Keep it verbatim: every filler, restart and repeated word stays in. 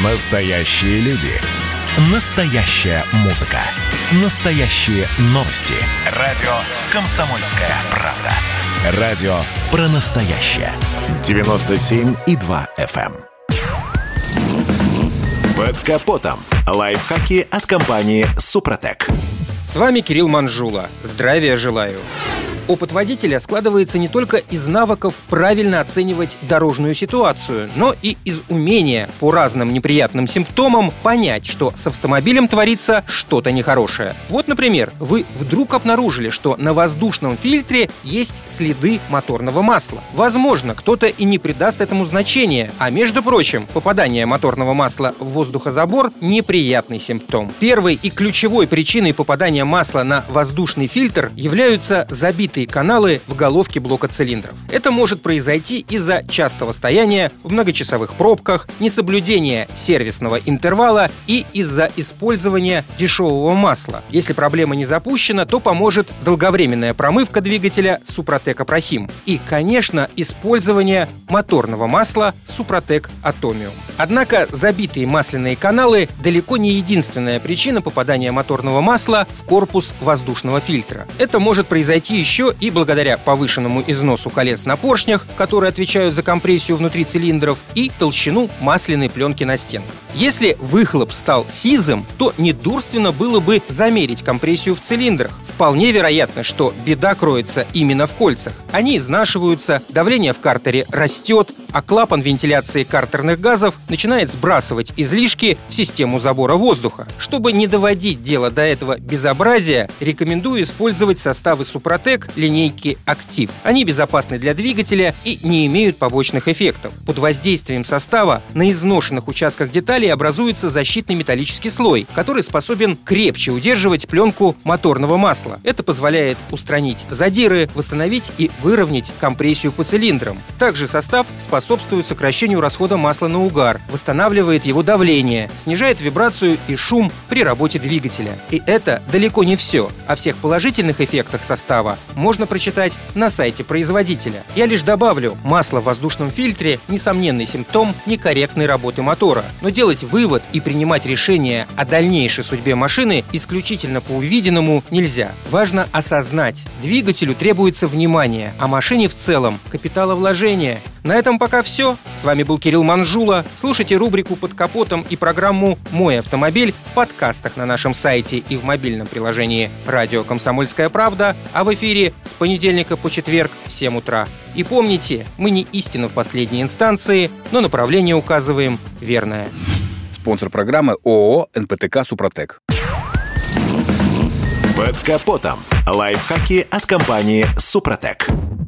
Настоящие люди. Настоящая музыка. Настоящие новости. Радио «Комсомольская правда». Радио про настоящее. девяносто семь и два эф эм. Под капотом. Лайфхаки от компании «Супротек». С вами Кирилл Манжула. Здравия желаю. Опыт водителя складывается не только из навыков правильно оценивать дорожную ситуацию, но и из умения по разным неприятным симптомам понять, что с автомобилем творится что-то нехорошее. Вот, например, вы вдруг обнаружили, что на воздушном фильтре есть следы моторного масла. Возможно, кто-то и не придаст этому значения, а между прочим, попадание моторного масла в воздухозабор – неприятный симптом. Первой и ключевой причиной попадания масла на воздушный фильтр являются забитые каналы в головке блока цилиндров. Это может произойти из-за частого стояния в многочасовых пробках, несоблюдения сервисного интервала и из-за использования дешевого масла. Если проблема не запущена, то поможет долговременная промывка двигателя Супротек Апрахим и, конечно, использование моторного масла Супротек Атомиум. Однако забитые масляные каналы далеко не единственная причина попадания моторного масла в корпус воздушного фильтра. Это может произойти еще и благодаря повышенному износу колец на поршнях, которые отвечают за компрессию внутри цилиндров, и толщину масляной пленки на стенках. Если выхлоп стал сизым, то недурственно было бы замерить компрессию в цилиндрах. Вполне вероятно, что беда кроется именно в кольцах. Они изнашиваются, давление в картере растет, а клапан вентиляции картерных газов начинает сбрасывать излишки в систему забора воздуха. Чтобы не доводить дело до этого безобразия, рекомендую использовать составы Супротек линейки «Актив». Они безопасны для двигателя и не имеют побочных эффектов. Под воздействием состава на изношенных участках деталей образуется защитный металлический слой, который способен крепче удерживать пленку моторного масла. Это позволяет устранить задиры, восстановить и выровнять компрессию по цилиндрам. Также состав способствует сокращению расхода масла на угар, восстанавливает его давление, снижает вибрацию и шум при работе двигателя. И это далеко не все. О всех положительных эффектах состава можно прочитать на сайте производителя. Я лишь добавлю, масло в воздушном фильтре – несомненный симптом некорректной работы мотора. Но делать вывод и принимать решение о дальнейшей судьбе машины исключительно по увиденному нельзя. Важно осознать, двигателю требуется внимание, а машине в целом – капиталовложение. На этом пока все. С вами был Кирилл Манжула. Слушайте рубрику «Под капотом» и программу «Мой автомобиль» в подкастах на нашем сайте и в мобильном приложении «Радио Комсомольская правда», а в эфире с понедельника по четверг в семь утра. И помните, мы не истина в последней инстанции, но направление указываем верное. Спонсор программы ООО «эн пэ тэ ка Супротек». Под капотом. Лайфхаки от компании «Супротек».